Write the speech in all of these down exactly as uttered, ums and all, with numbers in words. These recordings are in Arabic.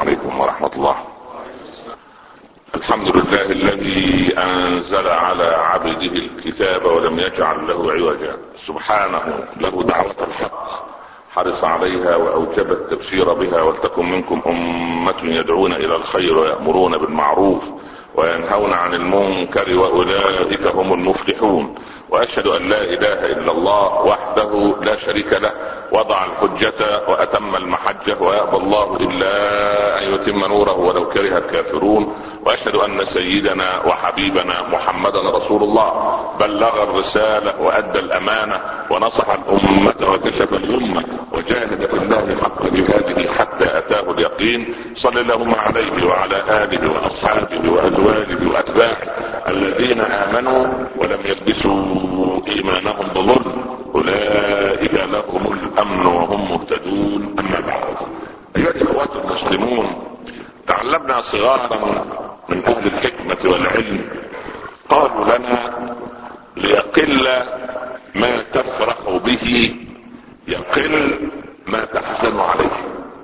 عليكم ورحمة الله. الحمد لله الذي انزل على عبده الكتاب ولم يجعل له عوجا، سبحانه له دعوة الحق حرص عليها واوجب التبشير بها، ولتكن منكم امة يدعون الى الخير ويأمرون بالمعروف وينهون عن المنكر واولئك هم المفلحون. واشهد ان لا اله الا الله وحده لا شريك له، وضع الحجة واتم المحجة، ويأبى الله الا ان يتم نوره ولو كره الكافرون. واشهد ان سيدنا وحبيبنا محمدا رسول الله، بلغ الرسالة وادى الامانة ونصح الامة وكشف الامة وجاهد في الله حق جهاده حتى اتاه اليقين. صلى اللهم عليه وعلى اله واصحابه وازواجه واتباعه الذين امنوا ولم يلبسوا ايمانهم بظلم، اولئك لهم الامن وهم مهتدون. اما بعد، ايها الاخوات المسلمون، تعلمنا صغارا من اهل الحكمة والعلم قالوا لنا: ليقل ما تفرح به يقل ما تحزن عليه.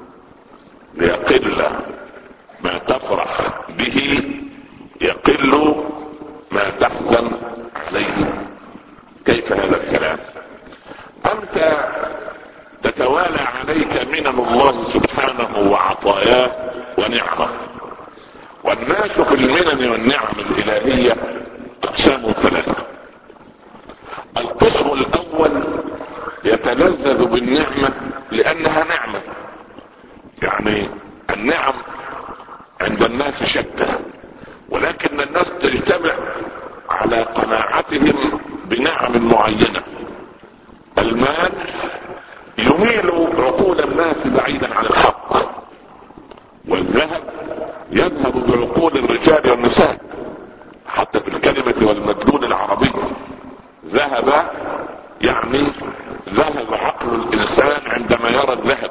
ليقل ما تفرح به يقل ما تحزن عليه. كيف هذا الكلام؟ انت تتوالى عليك منن الله سبحانه وعطاياه ونعمه، والناس في المنن والنعم الالهية اقسام ثلاثة. القسم الاول يتلذذ بالنعمة لانها نعمة، يعني النعم عند الناس شتى، ولكن الناس تجتمع على قناعتهم بنعم معينة. المال يميل عقول الناس بعيدا عن الحق، والذهب يذهب بعقول الرجال والنساء. حتى في الكلمة والمدلول العربي ذهب يعني ذهب عقل الانسان عندما يرى الذهب.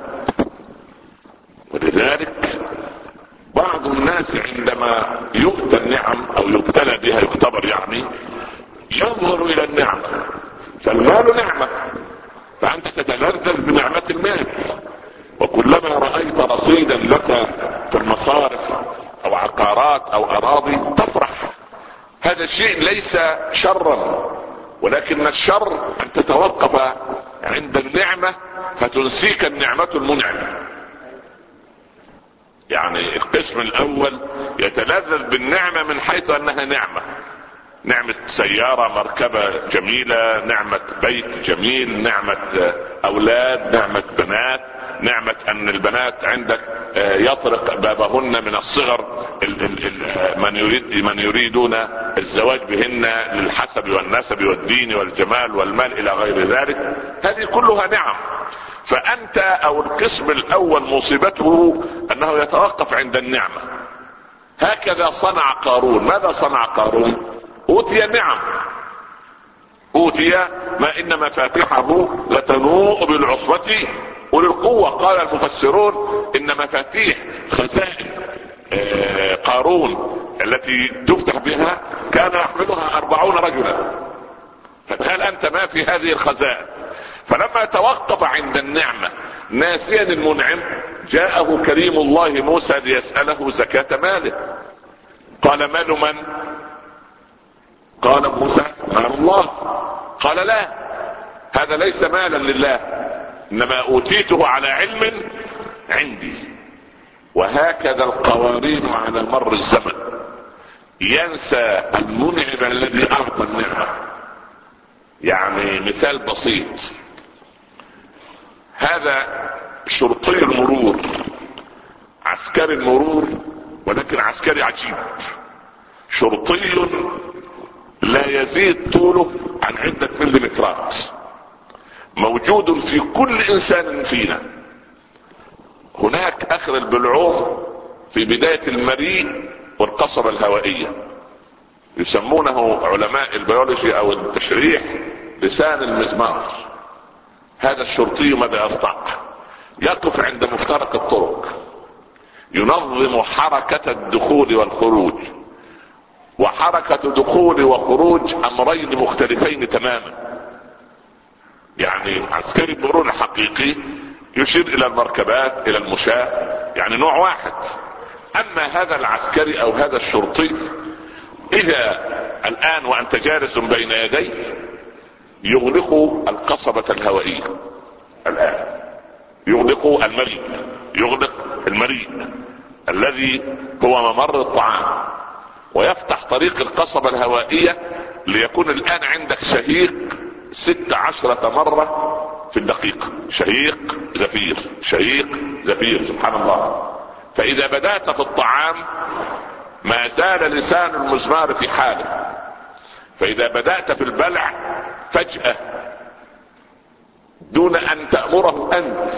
ولذلك بعض الناس عندما يؤتى النعم او يبتلى بها، يختبر يعني، ينظر الى النعمة، فالمال نعمة، فانت تتلذذ بنعمة المال. وكلما رأيت رصيدا لك في المصارف او عقارات او اراضي تفرح. هذا الشيء ليس شرا، ولكن الشر ان تتوقف عند النعمة فتنسيك النعمة المنعمة. يعني القسم الاول يتلذذ بالنعمة من حيث انها نعمة، نعمة سيارة مركبة جميلة، نعمة بيت جميل، نعمة اولاد، نعمة بنات، نعمة ان البنات عندك يطرق بابهن من الصغر من يريد من يريدون الزواج بهن للحسب والنسب والدين والجمال والمال الى غير ذلك. هذه كلها نعم. فانت او القسم الاول مصيبته انه يتوقف عند النعمة. هكذا صنع قارون. ماذا صنع قارون؟ اوتي نعم، اوتي ما ان مفاتيحه لتنوء بالعصبة اولي القوة. قال المفسرون ان مفاتيح خزائن قارون التي تفتح بها كان يحملها أربعون رجلا. فتخيل انت ما في هذه الخزائن. فلما توقف عند النعمة ناسيا المنعم، جاءه كريم الله موسى ليسأله زكاة ماله. قال: مال من؟ قال موسى: مال الله. قال: لا، هذا ليس مالا لله، انما اوتيته على علم عندي. وهكذا القوانين على مر الزمن، ينسى المنعم الذي اعطى النعمة. يعني مثال بسيط، هذا شرطي المرور، عسكري المرور، ولكن عسكري عجيب، شرطي لا يزيد طوله عن عدة مليمترات، موجود في كل انسان فينا. هناك اخر البلعوم في بداية المريء والقصبة الهوائية، يسمونه علماء البيولوجي او التشريح لسان المزمار. هذا الشرطي ماذا يصنع؟ يقف عند مفترق الطرق، ينظم حركة الدخول والخروج. وحركة دخول وخروج امرين مختلفين تماما. يعني عسكري المرور الحقيقي يشير الى المركبات، الى المشاة، يعني نوع واحد. اما هذا العسكري او هذا الشرطي اذا الان وانت جالس بين يديه يغلق القصبة الهوائية، الان يغلق المريء، يغلق المريء الذي هو ممر الطعام، ويفتح طريق القصبة الهوائية ليكون الان عندك شهيق ست عشرة مرة في الدقيقة، شهيق زفير شهيق زفير سبحان الله. فاذا بدأت في الطعام ما زال لسان المزمار في حاله، فاذا بدأت في البلع فجأة دون ان تأمره انت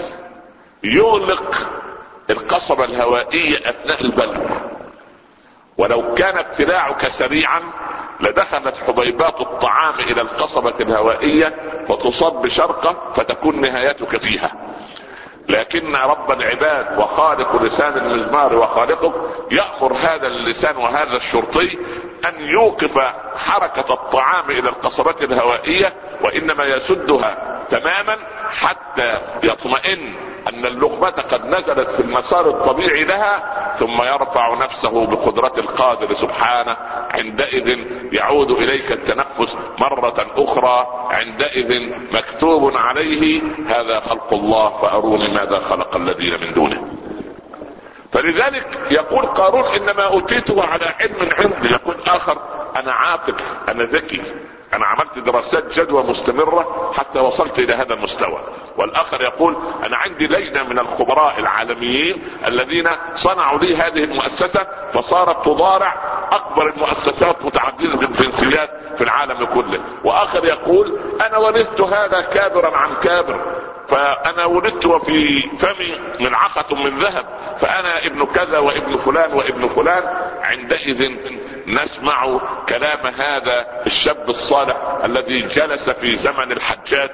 يغلق القصبة الهوائية اثناء البلع. ولو كان ابتلاعك سريعا لدخلت حبيبات الطعام الى القصبة الهوائية وتصاب بشرقة فتكون نهايتك فيها. لكن رب العباد وخالق لسان المزمار وخالقك يأمر هذا اللسان وهذا الشرطي ان يوقف حركة الطعام الى القصبة الهوائية، وانما يسدها تماما حتى يطمئن ان اللقمة قد نزلت في المسار الطبيعي لها، ثم يرفع نفسه بقدرة القادر سبحانه. عندئذ يعود اليك التنفس مرة اخرى، عندئذ مكتوب عليه هذا خلق الله فاروني ماذا خلق الذين من دونه. فلذلك يقول قارون انما اوتيته على علم عندي، يقول اخر انا عاقل انا ذكي انا عملت دراسات جدوى مستمرة حتى وصلت الى هذا المستوى. والاخر يقول انا عندي لجنة من الخبراء العالميين الذين صنعوا لي هذه المؤسسة فصارت تضارع اكبر المؤسسات متعددة الجنسيات في العالم كله. واخر يقول انا ورثت هذا كابرا عن كابر، فانا ولدت وفي فمي ملعقة من ذهب، فانا ابن كذا وابن فلان وابن فلان. عندئذ نسمع كلام هذا الشاب الصالح الذي جلس في زمن الحجاج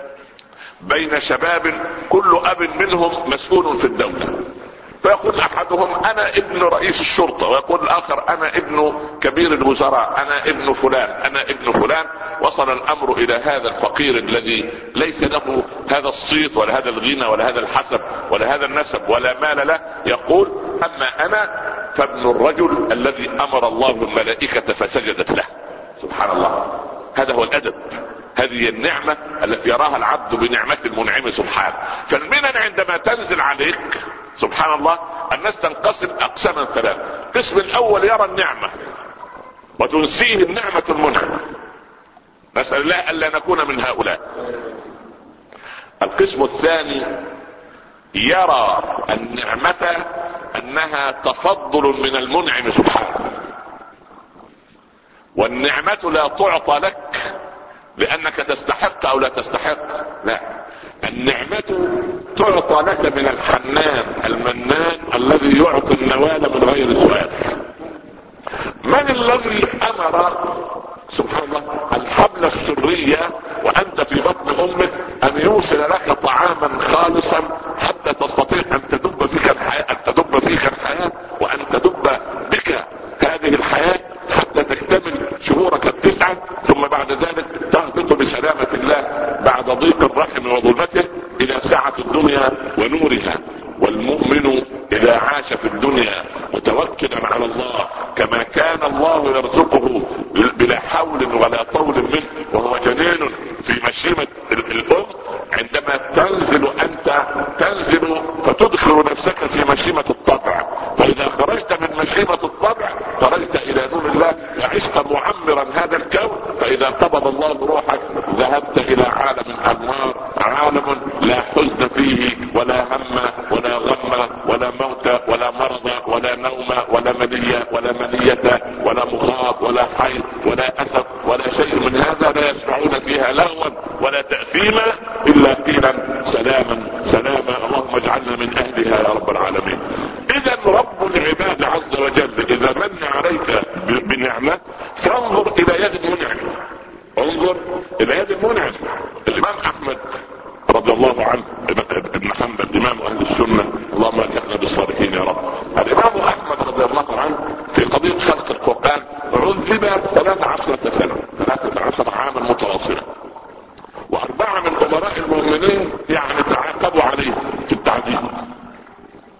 بين شباب كل اب منهم مسؤول في الدولة، فيقول احدهم انا ابن رئيس الشرطة، ويقول الاخر انا ابن كبير الوزراء، انا ابن فلان انا ابن فلان. وصل الامر الى هذا الفقير الذي ليس له هذا الصيت ولا هذا الغنى ولا هذا الحسب ولا هذا النسب ولا مال له، يقول اما انا فابن الرجل الذي امر الله الملائكة فسجدت له. سبحان الله، هذا هو الادب، هذه النعمة التي يراها العبد بنعمة المنعم سبحانه. فالمنن عندما تنزل عليك سبحان الله الناس تنقسم اقساما ثلاثة. القسم الاول يرى النعمة وتنسيه النعمة المنعم، نسأل الله الا نكون من هؤلاء. القسم الثاني يرى النعمة انها تفضل من المنعم سبحانه، والنعمة لا تعطى لك لانك تستحق او لا تستحق، لا، النعمة تعطى لك من الحنان المنان الذي يعطي النوال من غير سؤال. من الذي امر سبحان الله الحبل السرية وانت في بطن امك ان يوصل لك طعاما خالصا حتى تستطيع ان تدب فيك الحياة، ان تدب فيك الحياة وان تدب بك هذه الحياة حتى تكتمل شهورك التسعة، ثم بعد ذلك تهبط بسلامة الله بعد ضيق الرحم وظلمته الى سعة الدنيا ونورها. والمؤمن اذا عاش في الدنيا متوكلا على الله كما كان الله يرزقه بلا حول ولا طول منه وهو جنين في مشيمة الام، عندما تنزل انت تنزل فتدخل نفسك في مشيمة الطبع، فاذا خرجت من مشيمة الطبع خرجت الى نور الله وعشت معمرا هذا الكون. فاذا قبض الله روحك ذهبت الى عالم الانوار، عالم لا حزن فيه ولا هم ولا غم ولا موت ولا مرض ولا نوم ولا منية ولا منية ولا مخاط ولا حيض ولا اسف ولا شيء من هذا، لا يسمعون فيها لغوا ولا تأثيما الا قيلا سلاما سلاما. اللهم اجعلنا من اهلها يا رب العالمين. اذا رب العباد عز وجل اذا من عليك بنعمة فانظر الى يد المنعم، انظر الى يد المنعم. الامام احمد رضي الله عنه ابن حنبل امام اهل السنة، اللهم اجعلنا بالصالحين يا رب. الامام احمد رضي الله عنه في قضية خلق القرآن عذب ثلاث عشرة سنة، ثلاثة عشر عاما متواصلة، واربعة من امراء المؤمنين يعني تعاقبوا عليه في التعذيب.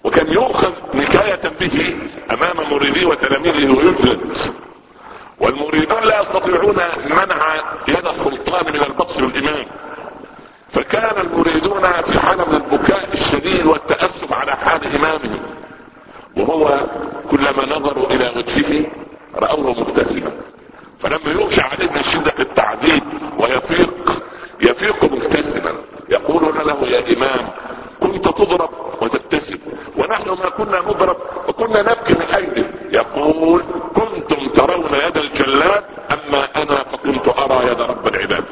وكان يؤخذ نكاية به امام مريديه وتلاميذه ويجلد، والمريدون لا يستطيعون منع يد السلطان من البطش بالامام، فكان المريدون في حالة من البكاء الشديد والتأسف على حال امامهم، وهو كلما نظروا الى وجهه رأوه مبتسما، فلما يغشى عليه من شدة التعذيب ويفيق يفيق مبتسما، يقولون له يا امام كنت تضرب وتبتسم ونحن ما كنا نضرب وكنا نبكي من اجله. يقول كنتم ترون يد الجلاد اما انا فكنت ارى يد رب العباد.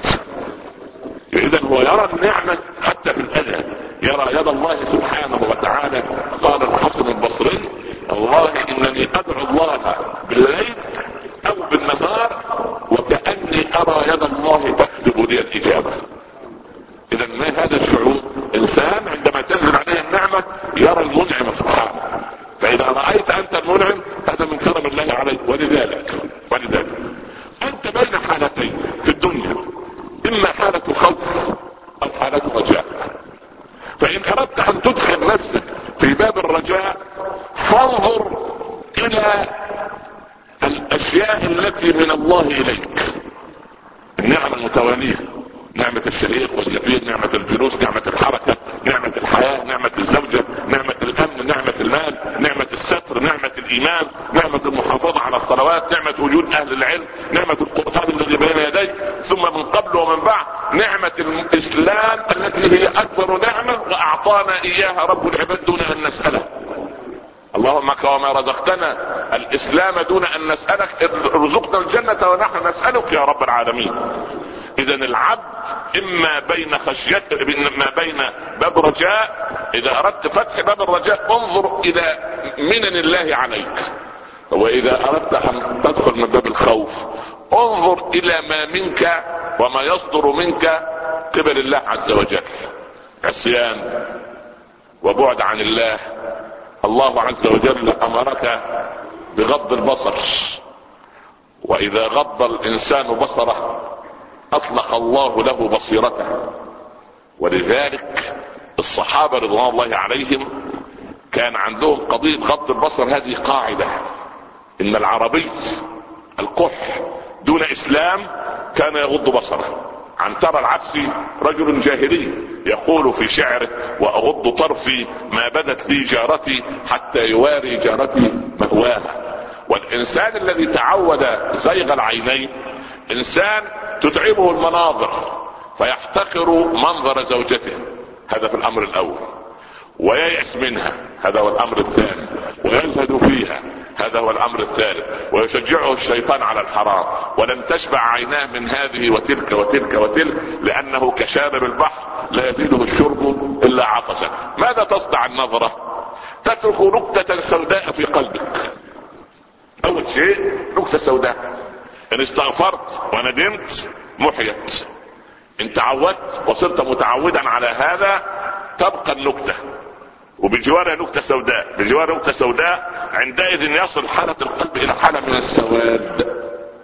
اذا هو يرى النعمة حتى في الاذى، يرى يد الله سبحانه وتعالى. قال الحسن البصري والله انني ادعو الله بالليل او بالنهار وكأني ارى يد الله تكتب لي الاجابة. اذا ما هذا الشعور؟ انسان عندما تنزل عليه النعمة يرى المنعم سبحانه، فاذا رأيت انت المنعم هذا من كرم الله عليك. ولذلك ولذلك انت بين حالتين في الدنيا، اما حالة خوف او حالة رجاء. فان اردت ان تدخل نفسك في باب الرجاء فانظر الى الاشياء التي من الله اليك، النعم المتوالية، نعمة الشريك والكفيل، نعمة الجلوس، نعمة الحركة، نعمة الحياة، نعمة الزوجة، نعمة الامن، نعمة المال، نعمة الستر، نعمة الايمان، نعمة المحافظة على الصلوات، نعمة وجود اهل العلم، نعمة القرآن الذي بين يديك، ثم من قبل ومن بعد نعمة الاسلام التي هي اكبر نعمة واعطانا اياها رب العباد دون ان نسأله. اللهم كما رزقتنا الاسلام دون ان نسألك ارزقنا الجنة ونحن نسألك يا رب العالمين. اذا العبد اما بين خشية ما بين باب رجاء، اذا اردت فتح باب الرجاء انظر الى منن الله عليك، واذا اردت ان تدخل من باب الخوف انظر الى ما منك وما يصدر منك قبل الله عز وجل. عصيان وبعد عن الله. الله عز وجل امرك بغض البصر، واذا غض الانسان بصره اطلق الله له بصيرته. ولذلك الصحابة رضوان الله عليهم كان عندهم قضية غض البصر. هذه قاعدة، ان العربي القح دون اسلام كان يغض بصره. عنترة العبسي رجل جاهلي يقول في شعره واغض طرفي ما بدت لي جارتي حتى يواري جارتي مهواها. والانسان الذي تعود زيغ العينين انسان تتعبه المناظر فيحتقر منظر زوجته، هذا في الامر الاول، وييأس منها، هذا هو الامر الثاني، ويزهد فيها، هذا هو الامر الثالث، ويشجعه الشيطان على الحرام. ولن تشبع عيناه من هذه وتلك وتلك وتلك، لانه كشارب البحر لا يزيده الشرب الا عطشا. ماذا تصنع النظرة؟ تترك نكتة سوداء في قلبك. اول شيء نكتة سوداء، ان استغفرت وندمت محيت، ان تعودت وصرت متعودا على هذا تبقى النكتة، وبجوارها نكتة سوداء، بجوار نكتة سوداء عندئذ يصل حالة القلب الى حالة من السواد.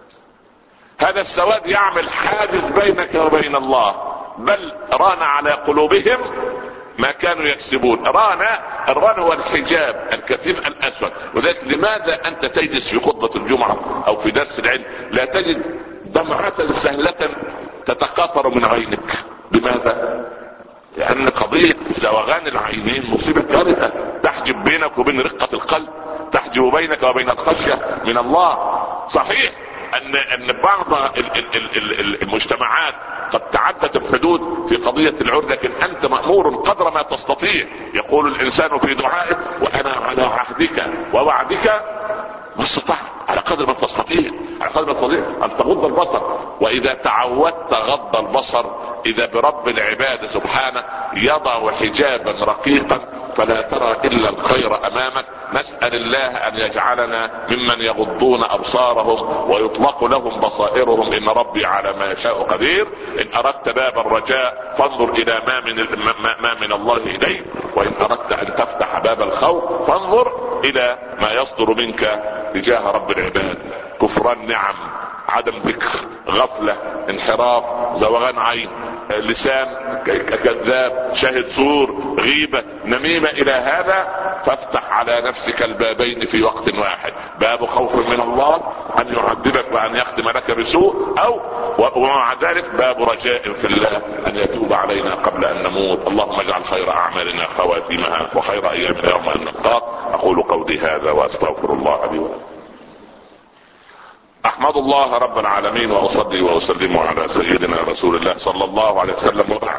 هذا السواد يعمل حاجز بينك وبين الله، بل ران على قلوبهم ما كانوا يكسبون. ران الران هو الحجاب الكثيف الاسود. وذلك لماذا انت تجلس في خطبة الجمعة او في درس العلم لا تجد دمعة سهلة تتقاطر من عينك؟ لماذا؟ لان قضية زوغان العينين مصيبة كارثة تحجب بينك وبين رقة القلب، تحجب بينك وبين الخشية من الله. صحيح ان ان بعض المجتمعات قد تعدت الحدود في قضية العرض، لكن انت مأمور قدر ما تستطيع. يقول الانسان في دعائه وانا على عهدك ووعدك ما استطعت، على قدر ما تستطيع، على قدر ما تستطيع ان تغض البصر. واذا تعودت غض البصر اذا برب العباد سبحانه يضع حجابا رقيقا فلا ترى الا الخير امامك. نسأل الله ان يجعلنا ممن يغضون ابصارهم ويطلق لهم بصائرهم، ان ربي على ما يشاء قدير. ان اردت باب الرجاء فانظر الى ما من, ما من الله اليك، وان اردت ان تفتح باب الخوف فانظر الى ما يصدر منك تجاه رب العباد. كفران نعم، عدم ذكر، غفلة، انحراف، زوغان عين، لسان كذاب، شاهد زور، غيبة، نميمة، الى هذا فافتح على نفسك البابين في وقت واحد، باب خوف من الله ان يعذبك وان يختم لك بسوء، او ومع ذلك باب رجاء في الله ان يتوب علينا قبل ان نموت. اللهم اجعل خير اعمالنا خواتيمها وخير ايامنا يوم ان نلقاك. اقول قولي هذا واستغفر الله لي ولكم. احمد الله رب العالمين واصلي واسلم على سيدنا رسول الله صلى الله عليه وسلم. وبعد،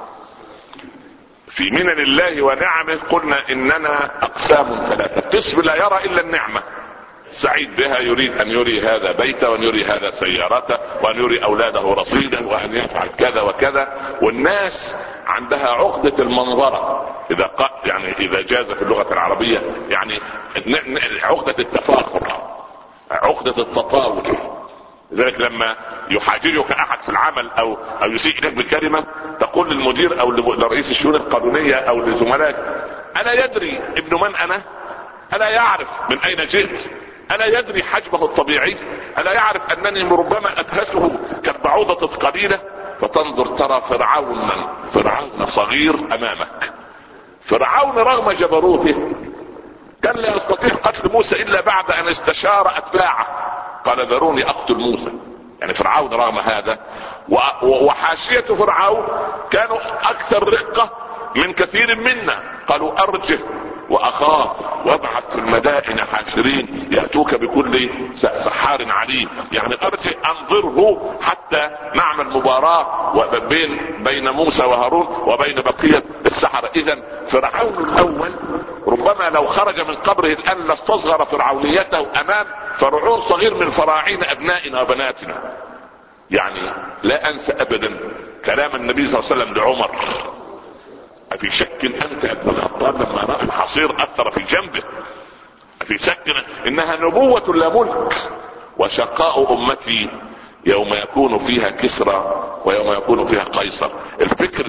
في منن الله ونعمه قلنا اننا اقسام ثلاثه. قسم لا يرى الا النعمه، سعيد بها، يريد ان يري هذا بيته وان يري هذا سيارته وان يري اولاده رصيدا وان يفعل كذا وكذا. والناس عندها عقدة المنظرة، اذا قا يعني اذا جاز في اللغة العربية يعني عقدة التفاخر، عقدة التطاول. لذلك لما يحاججك احد في العمل او او يسيء اليك بكلمة تقول للمدير او لرئيس الشؤون القانونية او لزملائك: الا يدري ابن من انا؟ الا يعرف من اين جئت؟ الا يدري حجمه الطبيعي؟ الا يعرف انني ربما ادهسه كالبعوضة القليلة؟ فتنظر ترى فرعون فرعون صغير امامك. فرعون رغم جبروته كان لا يستطيع قتل موسى الا بعد ان استشار اتباعه، قال: ذروني اقتل موسى. يعني فرعون رغم هذا، وحاشية فرعون كانوا اكثر رقة من كثير منا، قالوا: ارجه واخاه وابعث في المدائن حاشرين ياتوك بكل سحار عليم. يعني ارجع انظره حتى نعمل مباراة بين بين موسى وهارون وبين بقية السحرة. اذا فرعون الاول ربما لو خرج من قبره الان لاستصغر فرعونيته امام فرعون صغير من فراعين ابنائنا وبناتنا. يعني لا انسى ابدا كلام النبي صلى الله عليه وسلم لعمر: أفي شك أنت يا ابن الخطاب لما رأى الحصير أثر في جنبه؟ أفي شك إنها نبوة لا ملك، وشقاء أمتي يوم يكون فيها كسرى ويوم يكون فيها قيصر. الفكر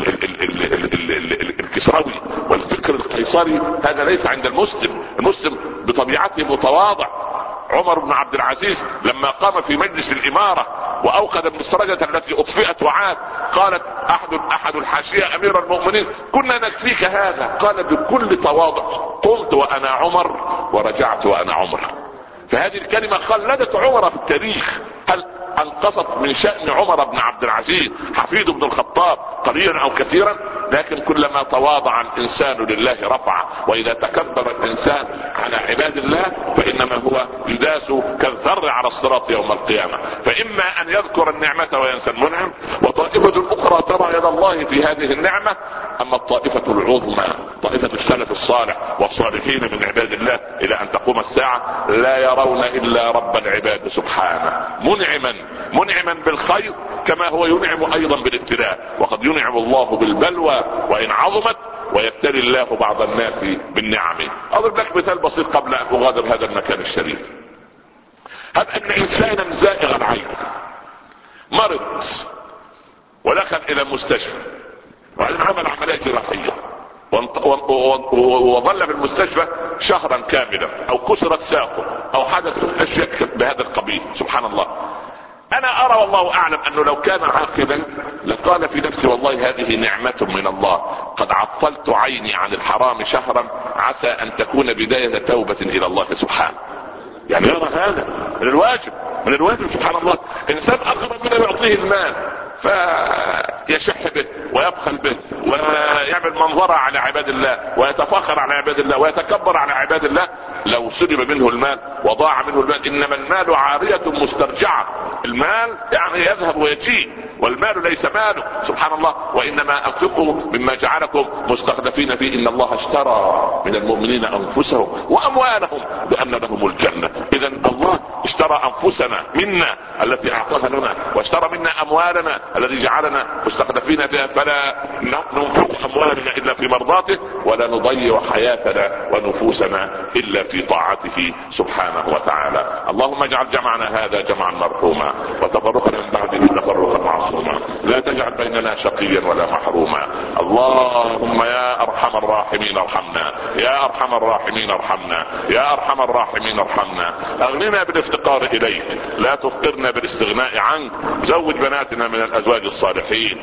الكسروي والفكر القيصري هذا ليس عند المسلم. المسلم بطبيعته متواضع. عمر بن عبد العزيز لما قام في مجلس الإمارة وأوقد المسرجة التي أطفئت وعاد، قالت أحد أحد الحاشية: أمير المؤمنين كنا نكفيك هذا. قال بكل تواضع: قمت وأنا عمر ورجعت وأنا عمر. فهذه الكلمة خلدت عمر في التاريخ. هل انقصت من شأن عمر بن عبد العزيز حفيد بن الخطاب قليلا او كثيرا؟ لكن كلما تواضع الانسان لله رفعه، واذا تكبر الانسان على عباد الله فانما هو يداس كالذر على الصراط يوم القيامة. فاما ان يذكر النعمة وينسى المنعم، وطائفة اخرى ترى يد الله في هذه النعمة. اما الطائفة العظمى طائفة السلف الصالح والصالحين من عباد الله الى ان تقوم الساعة لا يرون الا رب العباد سبحانه منعما منعما بالخير كما هو ينعم ايضا بالابتلاء. وقد ينعم الله بالبلوى وان عظمت، ويبتلي الله بعض الناس بالنعم. اضرب لك مثال بسيط قبل ان اغادر هذا المكان الشريف. هب ان انسانا زائغ العين مرض ودخل الى المستشفى وبعدين عمل عملية جراحية وظل في المستشفى شهرا كاملا، او كسرت ساقه او حدث اشياء بهذا القبيل. سبحان الله. انا ارى والله اعلم انه لو كان عاقلا لقال في نفسي: والله هذه نعمة من الله، قد عطلت عيني عن الحرام شهرا، عسى ان تكون بداية توبة الى الله سبحانه. يعني يرى هذا من الواجب من الواجب سبحان الله. انسان اقرب منه يعطيه المال فيشح به ويبخل به ويعمل منظرة على عباد الله ويتفاخر على عباد الله ويتكبر على عباد الله. لو سلب منه المال وضاع منه المال، انما المال عارية مسترجعة. المال يعني يذهب ويجيء، والمال ليس ماله سبحان الله. وانما انفقوا مما جعلكم مستخلفين فيه، ان الله اشترى من المؤمنين انفسهم واموالهم بان لهم الجنة. اذا الله اشترى انفسنا منا التي اعطاها لنا، واشترى منا اموالنا الذي جعلنا مستخلفين فيها، فلا ننفق اموالنا الا في مرضاته، ولا نضيع حياتنا ونفوسنا الا في طاعته سبحانه وتعالى. اللهم اجعل جمعنا هذا جمعا مرحوما، وتفرقنا من بعده تفرقا معصوما، لا تجعل بيننا شقيا ولا محروما. اللهم يا ارحم الراحمين ارحمنا، يا ارحم الراحمين ارحمنا، يا ارحم الراحمين ارحمنا. اغننا بالافتقار اليك، لا تفقرنا بالاستغناء عنك. زوج بناتنا من الازواج الصالحين،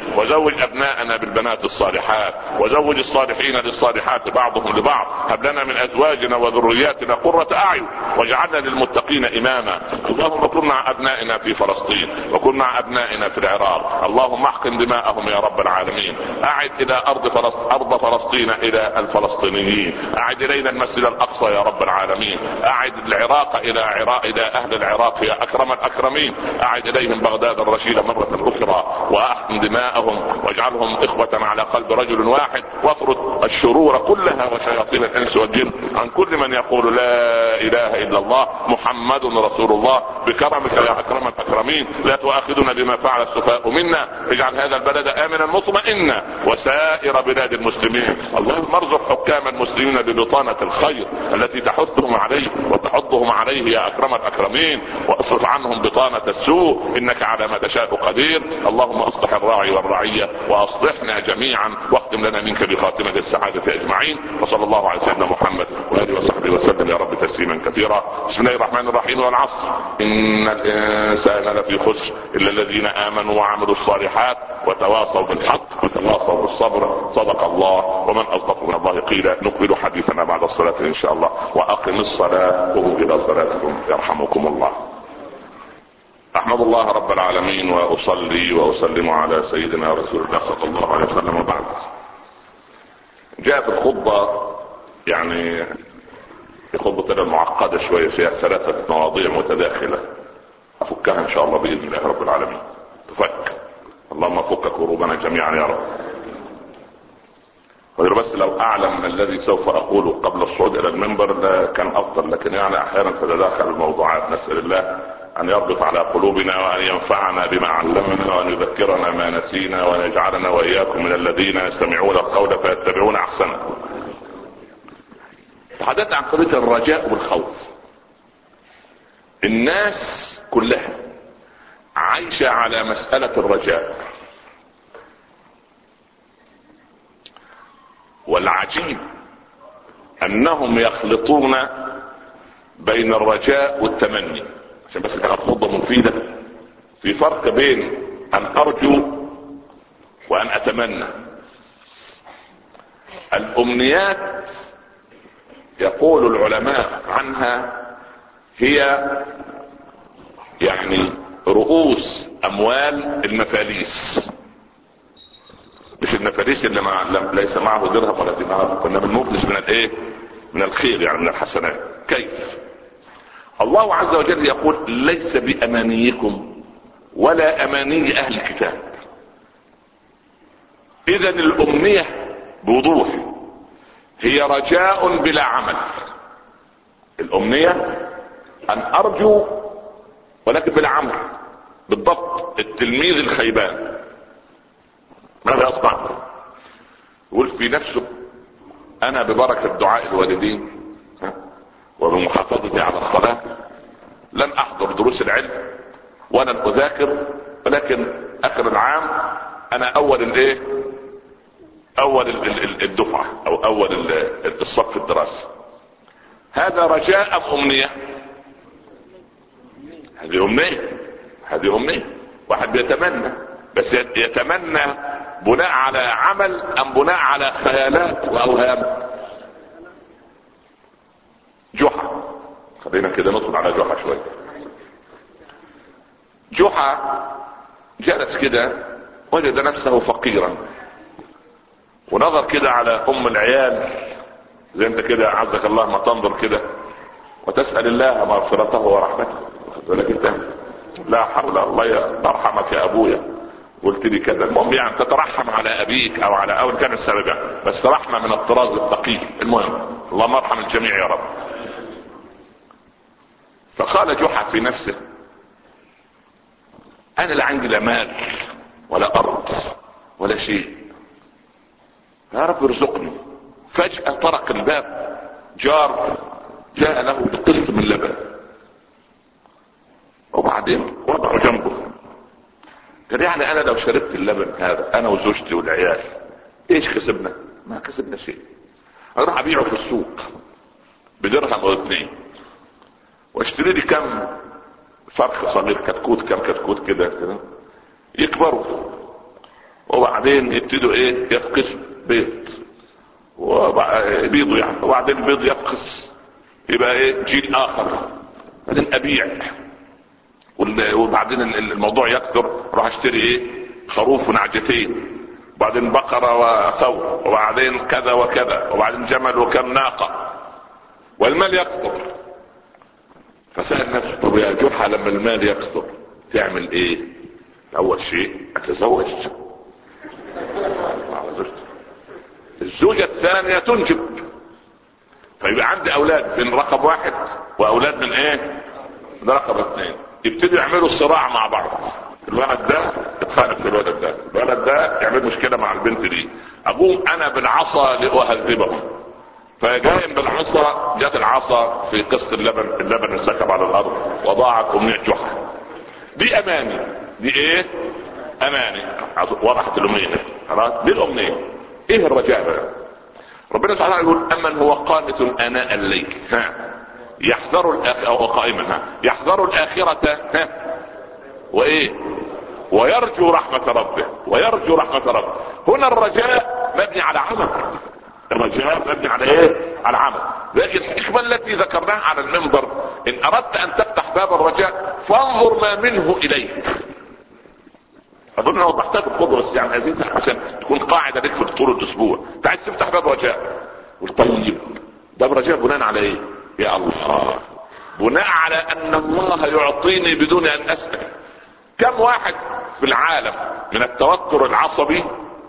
وزوج ابناءنا بالبنات الصالحات، وزوج الصالحين للصالحات بعضهم لبعض. هب لنا من ازواجنا وذرياتنا قرة اعين واجعلنا للمتقين اماما. اللهم كن مع ابنائنا في فلسطين، وكن مع ابنائنا في العراق. اللهم احقن دماءهم يا رب العالمين. اعد الى ارض فلسطين ارض فلسطين الى الفلسطينيين. اعد الينا المسجد الاقصى يا رب العالمين. اعد العراق الى عراق الى اهل العراق يا اكرم الاكرمين. اعد اليهم بغداد الرشيدة مرة اخرى واحقن دماءهم واجعلهم اخوة على قلب رجل واحد، واطرد الشرور كلها وشياطين الانس والجن عن كل من يقول لا اله الا الله محمد رسول الله. بكرمك يا اكرم الاكرمين لا تؤاخذنا بما فعل السفهاء منا. اجعل هذا البلد امنا مطمئنا وسائر بلاد المسلمين. اللهم ارزق حكام المسلمين ببطانة الخير التي تحثهم عليه وتحضهم عليه يا اكرم الاكرمين، واصرف عنهم بطانة السوء انك على ما تشاء قدير. اللهم اصلح الراعي والرعية واصلحنا جميعا، واختم لنا منك بخاتمة السعادة اجمعين. وصلى الله على سيدنا محمد واله وصحبه وسلم يا رب تسليما كثيرا. بسم الله الرحمن الرحيم. والعصر ان الانسان لفي خسر الا الذين امنوا وعملوا الصالحات وتواصوا بالحق وتواصوا بالصبر. صدق الله ومن اصدق من الله قيلا. نقبل حديثنا بعد الصلاة ان شاء الله. واقم الصلاة وهم الى صلاتكم يرحمكم الله. احمد الله رب العالمين واصلي واسلم على سيدنا رسول الله صلى الله عليه وسلم. وبعد، جاء في الخطبة يعني خطبة معقدة شوية فيها ثلاثة مواضيع متداخلة، افكها ان شاء الله باذن الله رب العالمين. تفك اللهم فك كروبنا جميعا يا رب. غير بس لو اعلم من الذي سوف اقوله قبل الصعود الى المنبر كان افضل، لكن يعني احيانا تتداخل الموضوعات. نسأل الله ان يربط على قلوبنا وان ينفعنا بما علمنا وان يذكرنا ما نسينا وان يجعلنا واياكم من الذين يستمعون القول فيتبعون احسنه. تحدثت عن قضية الرجاء والخوف. الناس كلها عايشة على مسألة الرجاء، والعجيب انهم يخلطون بين الرجاء والتمني. عشان بس كانت خطبة مفيدة. في فرق بين ان ارجو وان اتمنى. الامنيات يقول العلماء عنها هي يعني رؤوس اموال المفاليس. مش المفاليس اللي مع... ليس معه درهم ولا دينار، كنا بنفلس من الايه؟ من الخير، يعني من الحسنات. كيف؟ الله عز وجل يقول ليس بامانيكم ولا اماني اهل الكتاب. اذا الامنية بوضوح هي رجاء بلا عمل. الامنية ان ارجو ولكن بلا عمل. بالضبط التلميذ الخيبان ماذا يصنع؟ يقول في نفسه انا ببركة دعاء الوالدين وبمحافظتي على الصلاة لن احضر دروس العلم ولن اذاكر، ولكن اخر العام انا اول الايه؟ اول الدفعة او اول الصف الدراسي. هذا رجاء ام امنية؟ هذه امنية. هذه امنية. واحد بيتمنى، بس يتمنى بناء على عمل ام بناء على خيالات واوهام؟ جحا، خلينا كده ندخل على جحا شوية. جحا جلس كده وجد نفسه فقيرا، ونظر كده على ام العيال زي انت كده عزك الله ما تنظر كده وتسأل الله مغفرته ورحمته. ولك انت لا حول الله يرحمك يا ابويا قلت لي كذا. المهم يعني تترحم على ابيك او على اول كان السبب يعني، بس رحمة من الطراز الثقيل. المهم اللهم ارحم الجميع يا رب. فقال جحا في نفسه انا لا عندي لا مال ولا ارض ولا شيء، يا رب ارزقني. فجأة طرق الباب، جار جاء له بقسط من لبن، وبعدين وضعه جنبه. قال يعني انا لو شربت اللبن هذا انا وزوجتي والعيال ايش كسبنا؟ ما كسبنا شيء. اروح ابيعه في السوق بدرهم او اثنين واشتري لي كم فرخ صغير، كتكوت، كم كتكوت كده كده يكبروا، وبعدين يبتدوا ايه يفقسوا بيض وبيضوا يعني، وبعدين البيض يفقس يبقى ايه جيل اخر، بعدين ابيع، وبعدين الموضوع يكثر اروح اشتري ايه خروف ونعجتين، وبعدين بقرة وثور، وبعدين كذا وكذا، وبعدين جمل وكم ناقة، والمال يكثر. فسأل نفسه طب يا جحا لما المال يكثر تعمل ايه؟ اول شيء اتزوج. الزوجة الثانية تنجب، فيبقى عندي اولاد من رقم واحد واولاد من ايه من رقم اثنين، يبتدوا يعملوا صراع مع بعض. الولد ده يتخانق بالولد ده، الولد ده يعمل مشكلة مع البنت دي، اقوم انا بالعصا لاهذبهم. فجاء بالعصا، جت العصا في قسط اللبن، اللبن انسكب على الارض وضاعت امنية جحا. دي اماني، دي ايه اماني، وضحت الامنية خلاص، دي الامنية. ايه الرجاء بقى؟ ربنا سبحانه يقول امن هو قانت اناء الليل ها يحذر الاخرة، او قائما ها يحذر الاخرة ها وايه ويرجو رحمة ربه، ويرجو رحمة ربه. هنا الرجاء مبني على عمل، الرجاء مبني على ايه على عمل. لكن الحكمة التي ذكرناها على المنبر، ان اردت ان تفتح باب الرجاء فانظر ما منه اليك. اظن انه بحتاج القدوة بس يعني هذه عشان تكون قاعدة لك في طول الاسبوع. انت عايز تفتح باب رجاء، طيب باب رجاء بناء على ايه؟ يا الله، بناء على ان الله يعطيني بدون ان اسأل. كم واحد في العالم من التوتر العصبي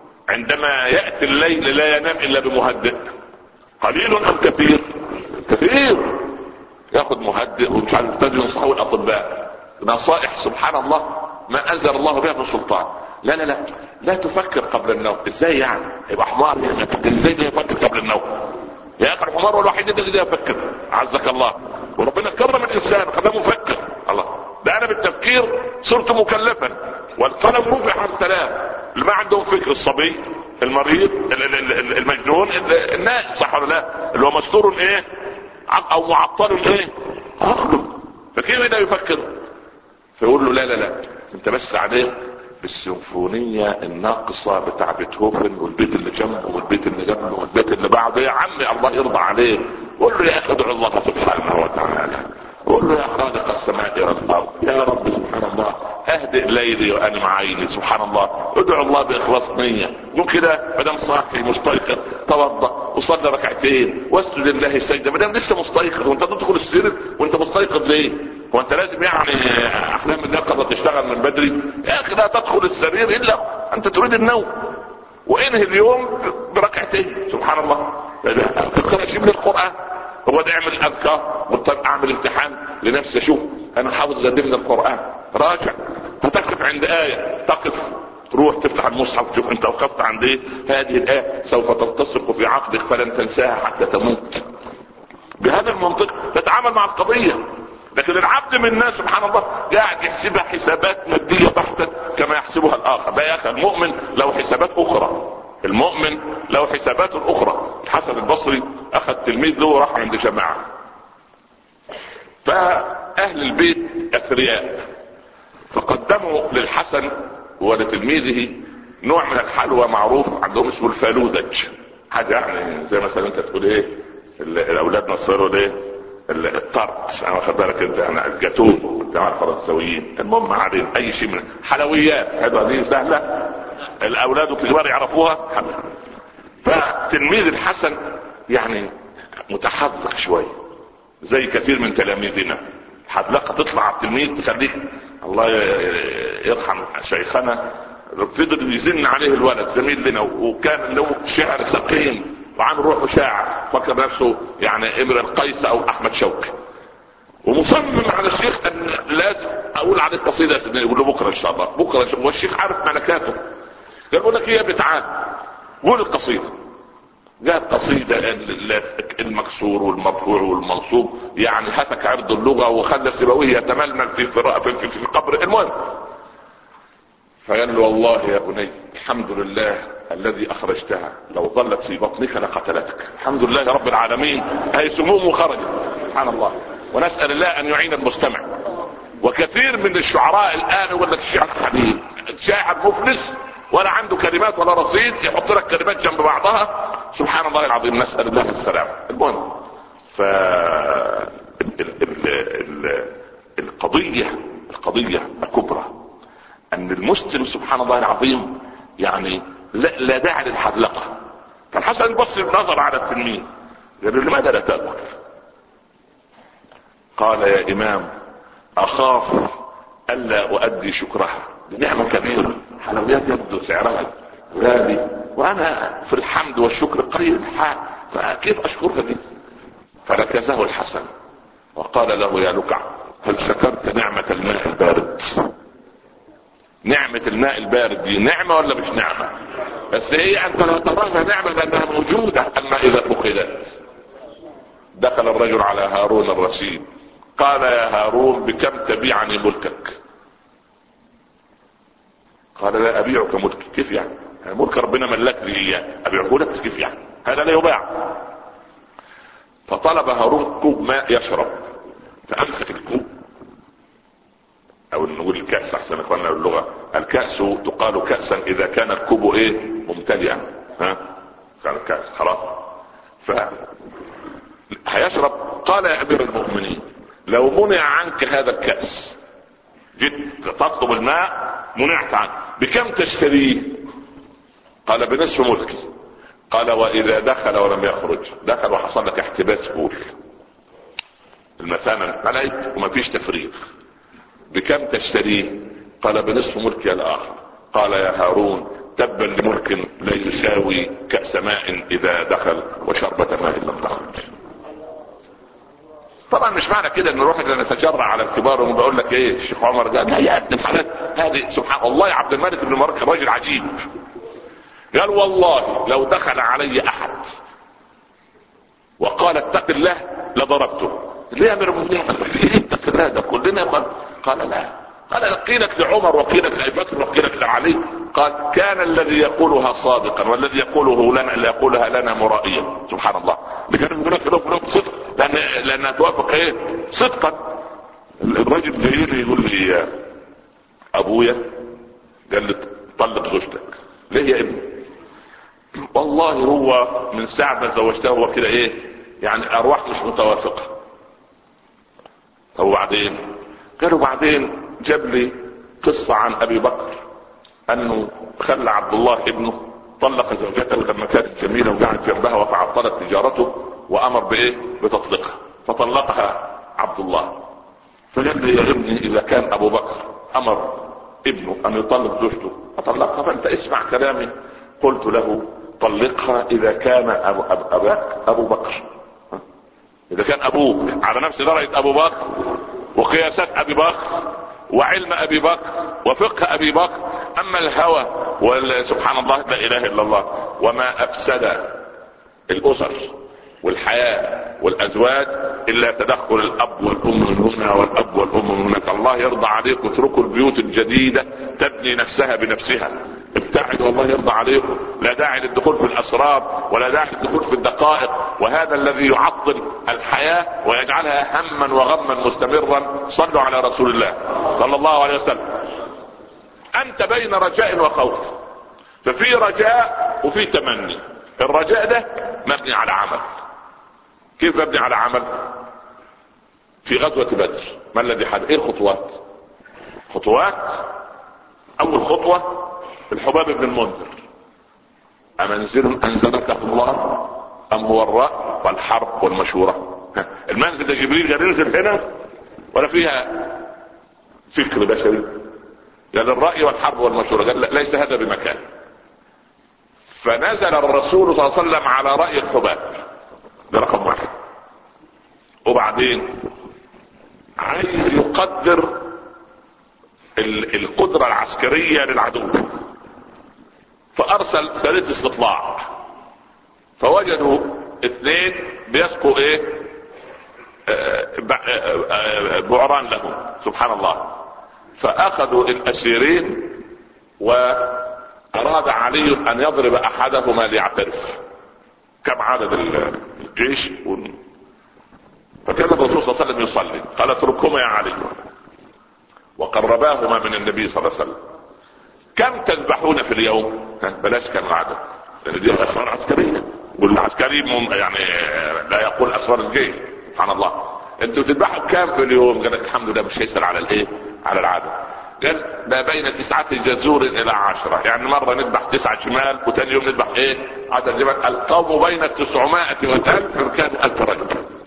عندما يأتي الليل لا ينام الا بمهدئ؟ قليل ام كثير؟ كثير. ياخذ مهدئ ومش عارف يبتدي ينصحه الاطباء نصائح سبحان الله ما انزل الله بها من سلطان. لا لا لا لا تفكر قبل النوم. ازاي يعني؟ يبقى حمار يعني. ازاي ده يفكر قبل النوم؟ يا اخي الحمار هو الوحيد اللي يفكر، عزك الله. وربنا كرم الانسان خلاه مفكر. الله، ده انا بالتفكير صرت مكلفا، والقلم رفع عن ثلاث. اللي ما عندهم فكر، الصبي، المريض، المجنون، النائم، صح ولا لا؟ اللي هو مستور ايه او معطل ايه عقله. فكيف ده يفكر؟ فيقول له لا لا لا انت بس عليك بالسيمفونية الناقصة بتاع بيتهوفن، والبيت اللي جنبه والبيت اللي جنبه والبيت اللي بعده. يا عمي الله يرضى عليك، قول له يا اخي ادعو الله سبحانه وتعالى، قول له يا خالق السماء والارض يا رب سبحان الله اهدئ ليلي وانم عيني سبحان الله. ادعو الله باخلاص نية. قوم كده مدام صاحي مستيقظ توضأ وصلي ركعتين واسجد لله سجدة. مدام لسه مستيقظ وانت تدخل السرير وانت مستيقظ ليه؟ هو انت لازم يعني احلام اليقظة تشتغل من بدري؟ يا اخي لا تدخل السرير الا انت تريد النوم، وانهي اليوم بركعتين سبحان الله. تذكر شيء من القرآن. هو ده اعمل اذكار، طيب اعمل امتحان لنفسي اشوف انا حافظ قد من القرآن، راجع. هتقف عند آية تقف، تروح تفتح المصحف تشوف انت وقفت عند ايه. هذه الآية سوف تلتصق في عقلك فلن تنساها حتى تموت. بهذا المنطق تتعامل مع القضية. لكن العبد من الناس سبحان الله قاعد يحسبها حسابات مادية بحتة كما يحسبها الاخر. لا يا اخي، المؤمن له حسابات اخرى، المؤمن له حسابات اخرى. الحسن البصري اخذ تلميذ له وراح عند جماعة، فاهل البيت اثرياء، فقدموا للحسن ولتلميذه نوع من الحلوى معروف عندهم اسمه الفالوذج. حاجة يعني زي مثلا انت تقول ايه الاولاد نصروا ليه الطرط، انا واخد بالك انت يعني الجاتون بتاع الفرنسويين. المهم عليهم اي شيء من حلويات هذه دي سهله الاولاد الكبار يعرفوها. فتلميذ الحسن يعني متحذق شوي زي كثير من تلاميذنا. حذلقه تطلع على التلميذ تخليك الله يرحم شيخنا فضل يزن عليه الولد زميل لنا، وكان له شعر ثقيل وعن روحه شاعر، فكر نفسه يعني امرئ القيس او احمد شوقي، ومصمم على الشيخ ان لازم اقول عليه قصيده يا سيدنا. يقول له بكره ان شاء الله، بكره. والشيخ عارف ملكاته، قال له لك ايه بتعال قول القصيده. جاءت قصيده المكسور والمرفوع والمنصوب، يعني هتك عرض اللغه وخلى سيبويه يتململ في في في, في القبر. المهم فقال له والله يا بني الحمد لله الذي اخرجتها، لو ظلت في بطنك لقتلتك. الحمد لله رب العالمين، هي سموم خرجت سبحان الله. ونسأل الله ان يعين المستمع. وكثير من الشعراء الان يقول لك الشعر حبيب، شاعر مفلس ولا عنده كلمات ولا رصيد يحط لك كلمات جنب بعضها. سبحان الله العظيم، نسأل الله السلام. المهم ف القضية القضية الكبرى ان المسلم سبحان الله العظيم يعني لا, لا داعي للحذلقة. فالحسن البصري نظر على التلميذ قال له لماذا لا تأكل؟ قال يا امام اخاف الا اؤدي شكرها، نعمة كبيرة، حلويات يبدو سعرها غالي وانا في الحمد والشكر قليل الحال، فكيف اشكرها دي؟ فركزه الحسن وقال له يا لكع هل شكرت نعمة الماء البارد؟ نعمة الماء البارد دي نعمة ولا مش نعمة؟ بس هي انت لو تراها نعمة لانها موجودة، اما اذا فقدت. دخل الرجل على هارون الرشيد قال يا هارون بكم تبيعني ملكك؟ قال لا ابيعك ملكي. كيف يعني؟ ملك ربنا ملك لي اياه ابيعه لك؟ كيف يعني؟ هذا لا يباع. فطلب هارون كوب ماء يشرب، فامسك الكوب او نقول الكأس احسن اخواننا باللغة، الكأس تقال كأسا اذا كان الكوب ايه ممتلئا، ها كان الكأس خلاص. ف هيشرب. قال يا امير المؤمنين لو منع عنك هذا الكأس، جيت تطلب الماء منعت عنه، بكم تشتريه؟ قال بنصف ملكي. قال واذا دخل ولم يخرج، دخل وحصل لك احتباس بول، المثانة ملأت وما فيش تفريغ، بكم تشتريه؟ قال بنصف ملكي الاخر. قال يا هارون تبا لملك لا يساوي كأس ماء اذا دخل وشربة ماء لم تخرج. طبعا مش معنى كده ان نروح نتجرع على الكبار ونقول لك ايه الشيخ عمر قال لا يا ابن الحلال هذه سبحان الله. يا عبد الملك بن مروان راجل عجيب، قال والله لو دخل علي احد وقال اتق الله لضربته. ليه يا امير المؤمنين في ايه اتق الله ده كلنا؟ قال قال لا. قال قيلت لعمر وقيلت لابي بكر وقيلت لعلي. قال كان الذي يقولها صادقا والذي يقوله لنا اللي يقولها لنا مرائيا. سبحان الله. لكن يقول لك لهم صدق لان لانها توافق ايه صدقا. الراجل جاي لي يقول لي ابويا قال لي طلق زوجتك. ليه يا ابني؟ والله هو من ساعة ما زوجته هو كده ايه يعني ارواح مش متوافقة. طب وبعدين؟ قالوا بعدين جاب لي قصة عن ابي بكر انه خلى عبد الله ابنه طلق زوجته لما كانت جميلة وقعدت جنبها وتعطلت تجارته وامر بايه بتطلقها، فطلقها عبد الله. فقال لي يا ابني اذا كان ابو بكر امر ابنه ان يطلق زوجته فطلقها فانت اسمع كلامي. قلت له طلقها اذا كان أبو أب اباك ابو بكر، اذا كان ابوك على نفس درجة ابو بكر وقياسات ابي بكر وعلم ابي بكر وفقه ابي بكر. اما الهوى وسبحان الله لا اله الا الله وما افسد الاسر والحياة والازواج الا تدخل الاب والام من هنا والاب والام من هناك. الله يرضى عليكم اتركوا البيوت الجديدة تبني نفسها بنفسها، ابتعدوا والله يرضى عليكم. لا داعي للدخول في الاسرار ولا داعي للدخول في الدقائق، وهذا الذي يعطل الحياة ويجعلها هما وغما مستمرا. صلوا على رسول الله صلى الله عليه وسلم. انت بين رجاء وخوف، ففي رجاء وفي تمني. الرجاء ده مبني على عمل. كيف مبني على عمل؟ في غزوة بدر ما الذي حدث؟ ايه الخطوات؟ خطوات اول خطوة الحباب بن المنذر امنزل انزلك الله ام هو الرأي والحرب والمشورة. المنزل ده جبريل قال ينزل هنا ولا فيها فكر بشري؟ قال الرأي والحرب والمشورة. قال ليس هذا بمكان. فنزل الرسول صلى الله عليه وسلم على رأي الحباب، ده رقم واحد. وبعدين عايز يقدر القدرة العسكرية للعدو، فارسل سرية استطلاع فوجدوا اثنين بيسقوا ايه بعران لهم. سبحان الله. فاخذوا الاسيرين واراد علي ان يضرب احدهما ليعترف كم عدد الجيش. فكان الرسول صلى الله عليه وسلم يصلي قال اتركهما يا علي، وقرباهما من النبي صلى الله عليه وسلم. كم تذبحون في اليوم؟ بلاش كم العدد، لان دي اسرار عسكريه، والعسكري يعني لا يقول اسرار الجيش. سبحان الله، انتوا تذبحوا كم في اليوم؟ قال الحمد لله مش هيسال على الايه؟ على العدد. قال ما بين تسعة جزور الى عشرة، يعني مرة نذبح تسعة شمال وثاني يوم نذبح ايه؟ عدد جمال. القوم بين تسعمائة والالف كانوا الف رجل.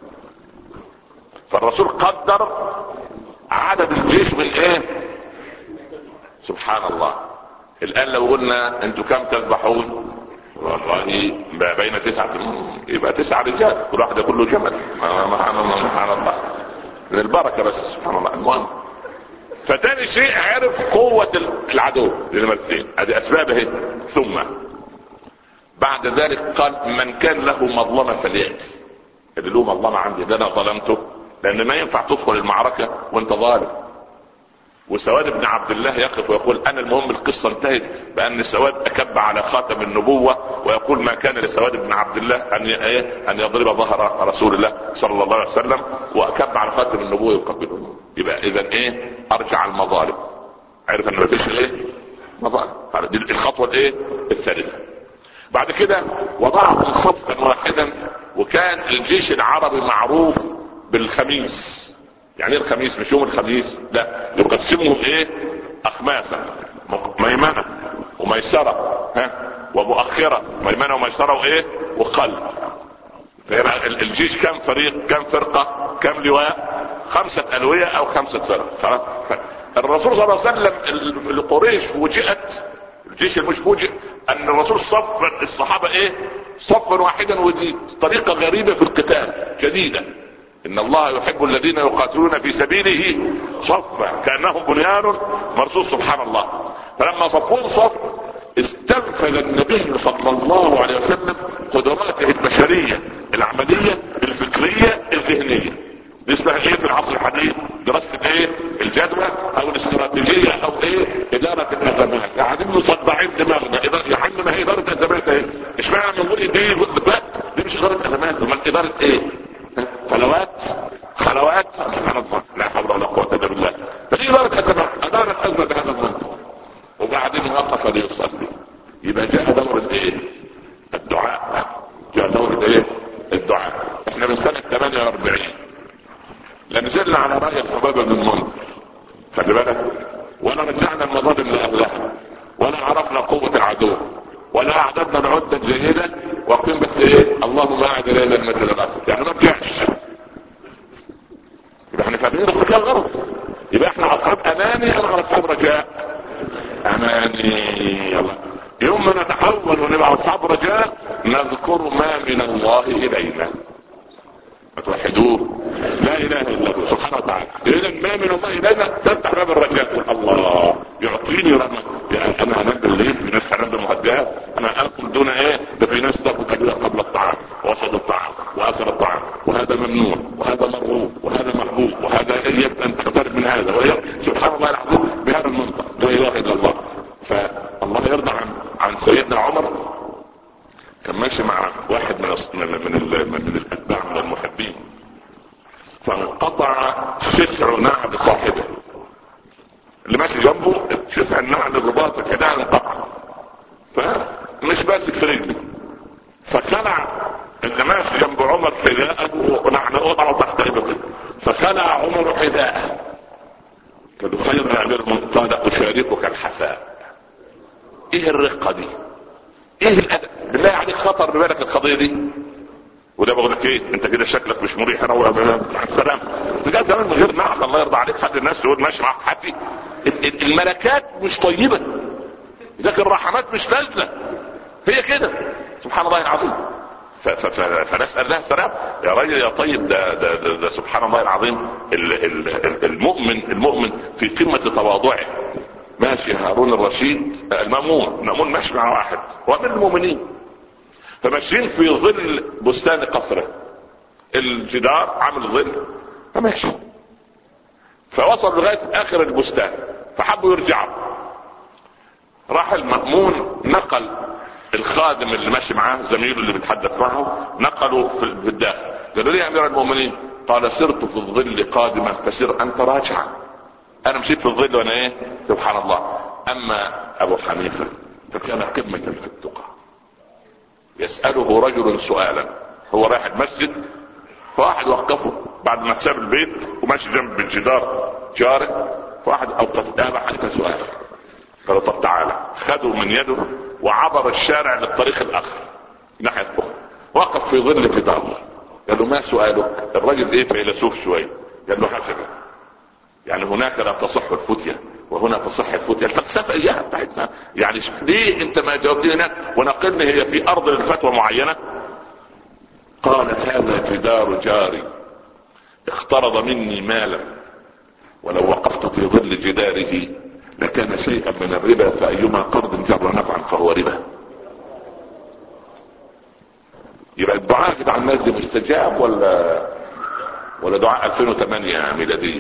فالرسول قدر عدد الجيش من ايه؟ سبحان الله. الان لو قلنا انتوا كم تذبحون؟ والله ما بين تسعة، يبقى تسعة رجال كل واحد يقول له جمل. سبحان الله، من البركة بس. سبحان الله. المهم، فتاني شيء عرف قوة العدو للمرتين، هذه اسبابه. ثم بعد ذلك قال من كان له مظلمة فليأتي. اللي له مظلمة عندي ده انا ظلمته، لان ما ينفع تدخل المعركة وانت ظالم. وسواد بن عبد الله يقف ويقول انا المهم القصة انتهت بان سواد اكب على خاتم النبوة، ويقول ما كان لسواد بن عبد الله ان ان يضرب ظهر رسول الله صلى الله عليه وسلم، واكب على خاتم النبوة يقبله. يبقى اذا ايه؟ ارجع المظالم، عرف ان ما فيش ايه؟ مظالم. دي الخطوة الايه؟ الثالثة. بعد كده وضعهم صفا واحدا. وكان الجيش العربي معروف بالخميس. يعني ايه الخميس؟ مش يوم الخميس، لا، يقسمهم ايه؟ اخماسا، ميمنة وميسرة، ها، ومؤخرة. ميمنة وميسرة وايه؟ وقلب. فيبقى الجيش كم فريق؟ كم فرقة؟ كم لواء؟ خمسة الوية او خمسة فرق. خلاص. الرسول صلى الله عليه وسلم لقريش فوجئت، الجيش المش فوجئ ان الرسول صف الصحابة ايه؟ صفا واحدا. ودي طريقة غريبة في القتال شديدة. ان الله يحب الذين يقاتلون في سبيله صفا كأنهم بنيان مرصوص. سبحان الله. فلما صفوهم صف استنفذ النبي صلى الله عليه وسلم قدراته البشرية العملية الفكرية الذهنية. اسمها ايه في العصر الحديث؟ دراسة ايه؟ الجدوى او الاستراتيجية او ايه؟ ادارة الازمات. قاعدين مصدعين دماغنا. يا عم ما هي ادارة ازمات ايه؟ اشمعنى بنقول دي دي مش ادارة ازمات؟ امال ادارة ايه؟ خلوات خلوات. سبحان الله، لا حول ولا قوة الا بالله. فدي ادارة ازمات، ادارة ازمة بهذا المنطق. وبعدين وقف ليصلي. يبقى جاء دور الايه؟ الدعاء. جاء دور الايه؟ الدعاء. احنا من سنة ثمانية واربعين لنزلنا على رأي الحباب بن المنذر، خلي بالك، ولا رجعنا المظالم لأهلها، ولا عرفنا قوة العدو، ولا اعددنا العدة الجيدة. واقفين بس ايه؟ اللهم اعد الينا المثل الاسد. يعني ما رجعش. يبقى احنا فاهمين الرجاء غلط. يبقى احنا اصحاب اماني انا اصحاب رجاء. اماني يلا. يوم ما نتحول ونبقى اصحاب رجاء نذكر ما من الله الينا. توحدوه، لا اله الا الله سبحانه وتعالى. اذا ما من الله الينا تفتح باب الرجاء. الله يعطيني رحمه. يعني انا هنام بالليل، في ناس هنام بمهدئات، انا اكل دون ايه؟ ده في ناس تاكل كبيره قبل الطعام ووسط الطعام واخر الطعام، وهذا ممنوع وهذا مرغوب وهذا محبوب وهذا يجب ان تقترب من هذا ويجب. سبحان الله العظيم بهذا المنطق. لا اله الا الله. فالله يرضى عن عن سيدنا عمر. كان ماشي مع واحد من من من, من الاتباع من المحبين، فانقطع شسع نعل صاحبه اللي ماشي جنبه. شسع النعل الرباط الحداء انقطع، فمش ماسك في رجله، فخلع اللي ماشي جنب عمر حذاءه ونحن وضعه تحت ابطه، فخلع عمر حذاءه. قال خير يا امير المؤمنين قال اشاركك الحفاء. ايه الرقة دي؟ ايه الادب؟ بالله عليك خطر ببالك القضية دي. وده بقول لك ايه؟ انت كده شكلك مش مريح. انا مع السلامه. انت قاعد كمان من غير نعم. الله يرضى عليك. خلي الناس تقول ماشي معاك حفي. الملكات مش طيبه، لكن الرحمات مش نازله. هي كده. سبحان الله العظيم. فنسال الله السلام. يا راجل يا طيب، ده, ده, ده, ده سبحان الله العظيم. المؤمن المؤمن في قمه تواضعه. ماشي هارون الرشيد المأمون مأمون ماشي مع واحد هو من المؤمنين، فماشيين في ظل بستان قصره، الجدار عامل ظل، فماشي. فوصل لغايه اخر البستان فحبوا يرجعوا. راح المأمون نقل الخادم اللي ماشي معاه زميله اللي بيتحدث معه، نقلوا في الداخل. قالوا لي يا امير المؤمنين، قال سرت في الظل قادما فسر انت راجعا. انا مشيت في الظل وانا ايه؟ سبحان الله. اما ابو حنيفة فكان قمة في التقى. يسأله رجل سؤالا، هو رايح المسجد، فواحد وقفه بعد ما ساب البيت وماشي جنب الجدار جاره، فواحد اوقف ابا حنيفة سؤال، قال طب تعالى، خده من يده وعبر الشارع للطريق الاخر ناحية اخرى، وقف في ظل جدار. قال له ما سؤالك؟ الرجل ايه فيلسوف شوية، قال له حسنا، يعني هناك لا تصح الفتية وهنا تصح الفتية، الفلسفة اياها بتاعتنا، يعني ليه انت ما جاوبتني هناك ونقلني هي في ارض الفتوى معينة؟ قال هذا جدار جاري اقترض مني مالا، ولو وقفت في ظل جداره لكان شيئا من الربا، فايما قرض جر نفعا فهو ربا. يبقى الدعاء كده على الناس دي مستجاب ولا ولا دعاء ألفين وثمانية ميلادية؟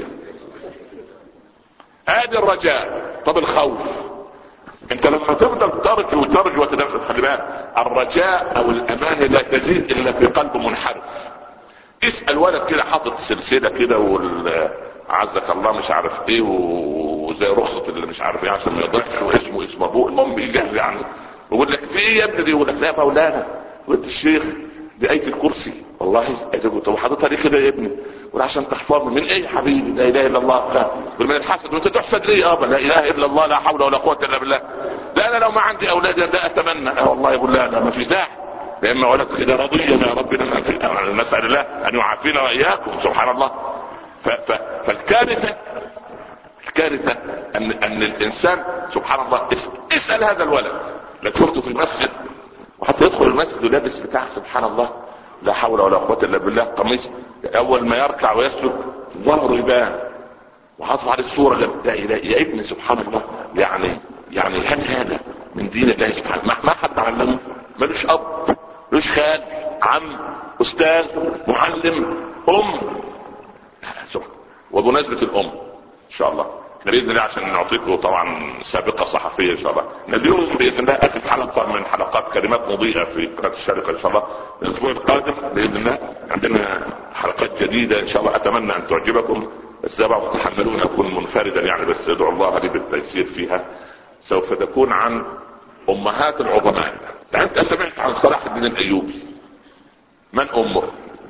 ادي الرجاء. طب الخوف، انت لما تفضل ترجو وترجو وتدافع، خلي بالك الرجاء او الامان لا تزيد الا في قلب منحرف. اسال ولد كده حاطط سلسله كده وعزك الله مش عارف ايه وزي رخصه اللي مش عارف ايه عشان ما يضيعش، واسمه اسم ابوه، المهم بيجهز يعني، ويقول لك في ايه يا ابني دي؟ يقول لك لا يا مولانا قلت الشيخ دي ايه الكرسي. والله طب وحضرتها ليه كده يا ابني؟ قول عشان تحفظني. من ايه يا حبيبي؟ لا اله الا الله. لا قول من الحسد. وانت تحسد ليه يابا؟ لا اله الا الله، لا حول ولا قوه الا بالله. لا انا لو ما عندي اولاد ده اتمنى. اه والله يقول لا لا ما فيش داعي، لما ولد كده رضينا يا ربنا، نسال الله ان يعافينا واياكم سبحان الله. ف... ف... فالكارثه الكارثه ان ان الانسان سبحان الله اس... اسال هذا الولد لك شفته في المسجد، وحتى يدخل المسجد ولابس بتاع سبحان الله لا حول ولا قوه الا بالله، قميص اول ما يركع ويسجد ظهره يبان وحاطط عليه الصوره اللي بتاعي يا ابني سبحان الله. يعني يعني هل هذا من دين الله سبحانه؟ ما حد علمه، ملوش اب ملوش خال عم استاذ معلم ام. وبمناسبه الام ان شاء الله باذن الله عشان نعطيكم طبعا سابقه صحفيه ان شاء الله، اليوم باذن الله اخر حلقه من حلقات كلمات مضيئه في قناه الشارقه ان شاء الله. الاسبوع القادم باذن الله عندنا حلقات جديده ان شاء الله، اتمنى ان تعجبكم. السبع تتحملون اكون منفردا يعني، بس ادعو الله لي بالتيسير فيها. سوف تكون عن امهات العظماء. انت سمعت عن صلاح الدين الايوبي؟ من امه؟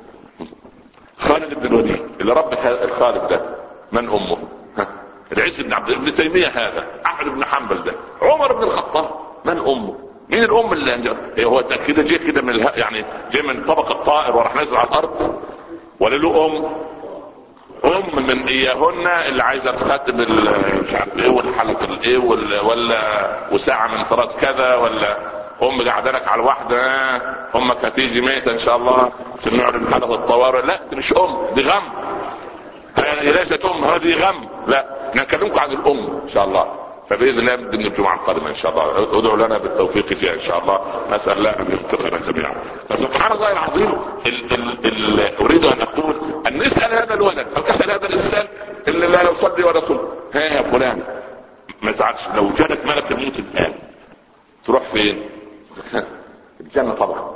خالد بن الوليد اللي رب الخالد ده من امه؟ العز بن عبد ابن تيمية هذا، احمد بن حنبل ده، عمر بن الخطاب من امه؟ مين الام اللي هو كده جه كده من اله... يعني جه من طبق الطائر وراح نازل على الارض؟ ولا له ام؟ ام من اياهن اللي عايزه تخدم مش عارف ايه والحلقه الايه ولا وساعه من طراز كذا، ولا ام قاعده لك على الواحده امك هتيجي ميته ان شاء الله في نعلن حلقه الطوارئ؟ لا دي مش ام، دي غم. يعني ليست ام، هذه غم. لا نكلمكم عن الام ان شاء الله، فباذن الله ضمن الجمعه القادمه ان شاء الله. ادعوا لنا بالتوفيق فيها ان شاء الله، نسال الله ان يوفقنا جميعا. فسبحان الله العظيم ال ال ال اريد ان اقول ان نسال هذا الولد او نسال هذا الانسان اللي لا يصلي ولا يصلي، ها يا فلان ما تزعلش لو جالك ملك الموت الان تروح فين؟ الجنه طبعا.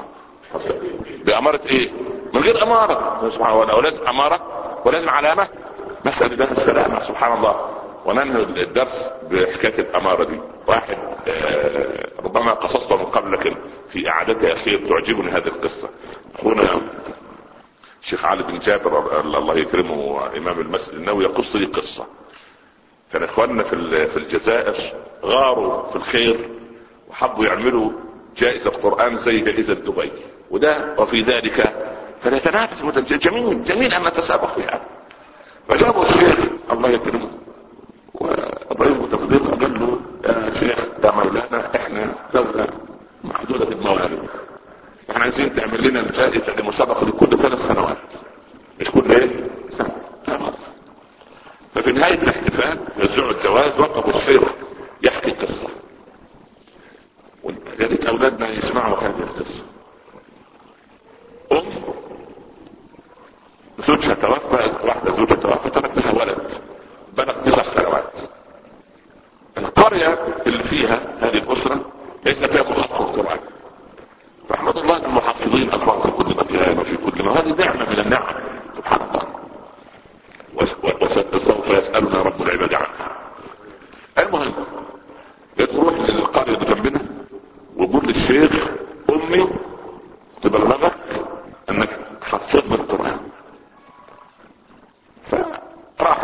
باماره ايه؟ من غير اماره سبحان الله، ولازم اماره ولازم علامه. نسال الله السلامه سبحان الله. وننهي الدرس بحكايه الاماره دي. واحد آه ربما قصصته من قبل لكن في اعادتها يا خير تعجبني هذه القصه. هنا الشيخ علي بن جابر الله يكرمه امام المسجد النبوي يقص لي قصه. كان اخواننا في في الجزائر غاروا في الخير وحبوا يعملوا جائزه قران زي جائزه دبي، وده وفي ذلك فليتنافس جميل جميل ان نتسابق فيها. فجابوا الشيخ الله يكرمه وابراهيم متفضيل قال له يا شيخ يا مولانا احنا دولة محدودة الموارد، احنا عايزين تعمل لنا جائزة لمسابقة لكل ثلاث سنوات مش كل ايه سنة. ففي نهاية الاحتفال يوزعوا الجوائز وقفوا الشيخ يحكي قصة، ويا ريت اولادنا يسمعوا هذه القصة. ام زوجها توفى، واحدة زوجها توفى ترك لها ولد بلغ تسع سنوات. القرية اللي فيها هذه الأسرة ليس فيها محفظ القرآن، رحمة الله المحفظين أخوان في كل مكان وفي كل ما، هذه نعمة من النعم سبحان الله، وسوف يسألنا رب العباد عنها. المهم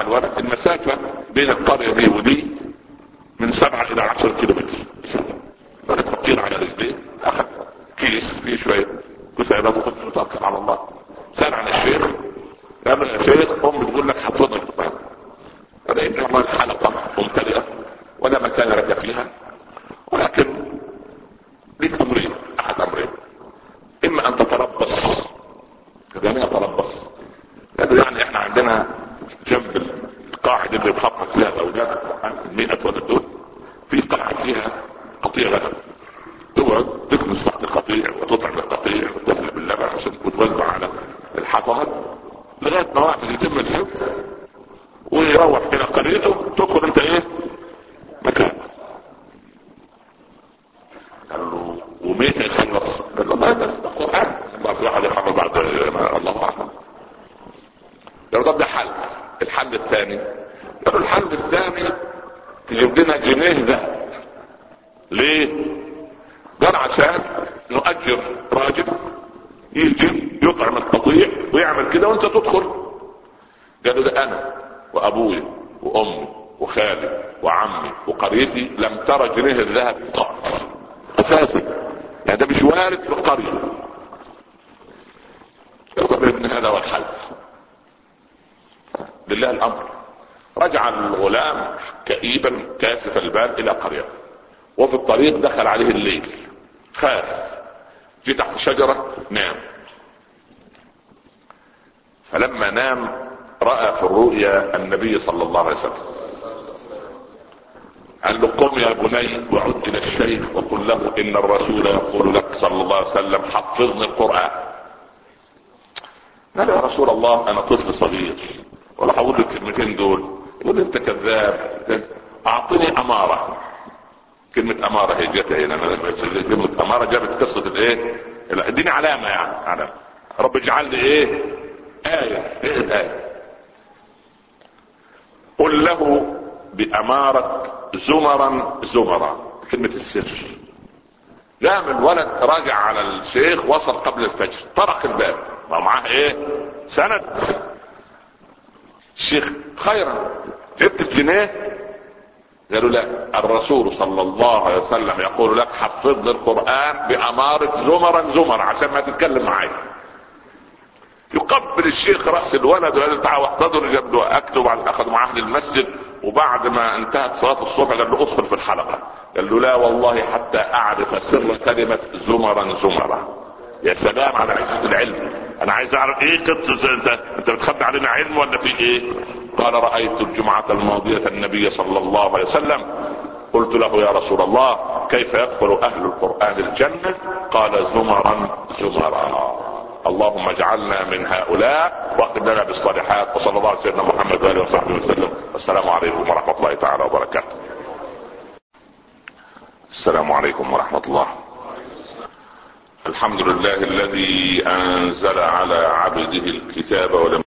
الولد. المسافة بين القرية دي ودي من سبعة الى عشر كيلو متر. بدأت فقير على رجليه، اخذ كيس فيه شوية كسيرات وقلت متوكل على الله. سأل عن الشيخ، قال له يا شيخ ام بتقول لك حفظنا القرآن. قال ابن الله الحلقة ممتلئة ولا مكان لك فيها، ولكن ليك امرين، احد امرين، اما ان تتربص. يعني اتربص، قالوا يعني احنا عندنا جنب القاعدة اللي بخطط فيها الاولاد مئة ولد، في قاعدة فيها قطيع غنم، تقعد تكنس تحت القطيع وتطعم القطيع وتهلب اللبن عشان وتوزع على الحفظات لغاية ما واحد يتم الحفظ ويروح الى قريته، تدخل انت ايه مكان. قال له ومين يخلص؟ قال له ما ده القرآن، بعد واحد يخلص بعد الله اعلم. قال له طب ده حل. الحل الثاني، قال له الحل الثاني تجيب لنا جنيه ذهب. ليه؟ قال عشان نؤجر راجل يجي يطعم القطيع ويعمل كده وانت تدخل. قالوا ده انا وابوي وامي وخالي وعمي وقريتي لم ترى جنيه الذهب قط اساسا، يعني ده مش وارد في القرية. قالوا ابن هذا هو الحل. لله الامر. رجع الغلام كئيبا كاسف البال الى قريته، وفي الطريق دخل عليه الليل، خاف، في تحت شجرة نام. فلما نام رأى في الرؤيا النبي صلى الله عليه وسلم. قال له قم يا بني وعد الى الشيخ وقل له ان الرسول يقول لك صلى الله عليه وسلم حفظني القرآن. قال يا رسول الله انا طفل صغير ولا هقول لك الكلمتين دول. يقول انت كذاب، اعطني امارة. كلمة امارة هي جت هنا، كلمة امارة جابت قصة الايه، اديني علامة، يعني علامة. رب اجعل لي ايه آية. ايه الآية؟ قل له بأمارة زمرا زمرا، كلمة السر. قام الولد راجع على الشيخ، وصل قبل الفجر، طرق الباب ومعاه ايه سند. الشيخ خيرا جبت الجنيه؟ قالوا لا، الرسول صلى الله عليه وسلم يقول لك حفظ القرآن بأمارة زمرا زمرا عشان ما تتكلم معايا. يقبل الشيخ رأس الولد وقال تعالوا احتضر، جاب له اكل وبعد اخذ معاه للمسجد. وبعد ما انتهت صلاة الصبح قال له ادخل في الحلقة. قال له لا والله حتى اعرف سر كلمة زمرا زمرا. يا سلام على عزة العلم. انا عايز اعرف ايه قصة، انت انت بتخبي علينا علم ولا في ايه؟ قال رأيت الجمعة الماضية النبي صلى الله عليه وسلم. قلت له يا رسول الله كيف يدخل اهل القرآن الجنة؟ قال زمرا زمرا. اللهم اجعلنا من هؤلاء واختم لنا بالصالحات. وصلى الله على سيدنا محمد وآله وصحبه وسلم. السلام عليكم ورحمة الله تعالى وبركاته. السلام عليكم ورحمة الله. الحمد لله الذي انزل على عبده الكتاب ولم